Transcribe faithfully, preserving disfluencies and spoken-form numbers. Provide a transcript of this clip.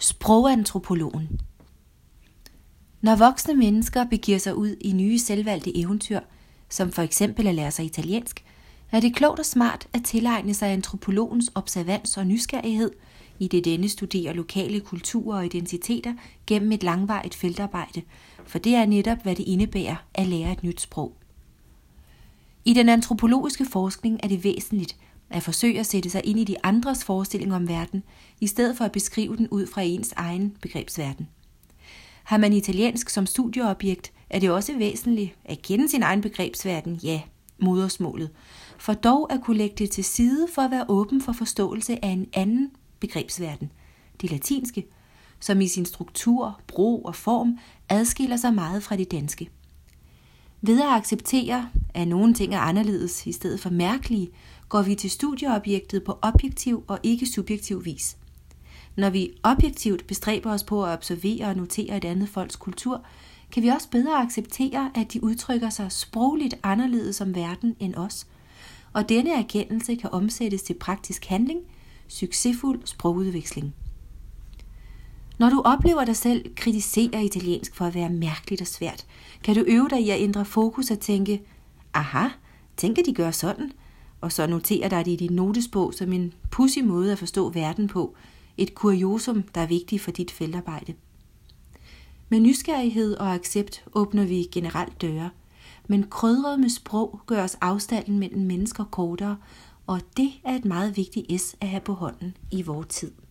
Sprogantropologen. Når voksne mennesker begiver sig ud i nye selvvalgte eventyr, som for eksempel at lære sig italiensk, er det klogt og smart at tilegne sig antropologens observans og nysgerrighed, i det denne studerer lokale kulturer og identiteter gennem et langvarigt feltarbejde, for det er netop, hvad det indebærer at lære et nyt sprog. I den antropologiske forskning er det væsentligt at forsøge at sætte sig ind i de andres forestilling om verden, i stedet for at beskrive den ud fra ens egen begrebsverden. Har man italiensk som studieobjekt, er det også væsentligt at kende sin egen begrebsverden, ja, modersmålet, for dog at kunne lægge det til side for at være åben for forståelse af en anden begrebsverden, det latinske, som i sin struktur, brug og form adskiller sig meget fra det danske. Ved at acceptere, at nogle ting er anderledes i stedet for mærkelige, går vi til studieobjektet på objektiv og ikke subjektiv vis. Når vi objektivt bestræber os på at observere og notere et andet folks kultur, kan vi også bedre acceptere, at de udtrykker sig sprogligt anderledes om verden end os, og denne erkendelse kan omsættes til praktisk handling, succesfuld sprogudveksling. Når du oplever dig selv kritisere italiensk for at være mærkeligt og svært, kan du øve dig i at ændre fokus og tænke, aha, tænk at de gør sådan, og så notere dig det i din notesbog som en pudsig måde at forstå verden på, et kuriosum, der er vigtigt for dit feltarbejde. Med nysgerrighed og accept åbner vi generelt døre, men krydret med sprog gør os afstanden mellem mennesker kortere, og det er et meget vigtigt S at have på hånden i vores tid.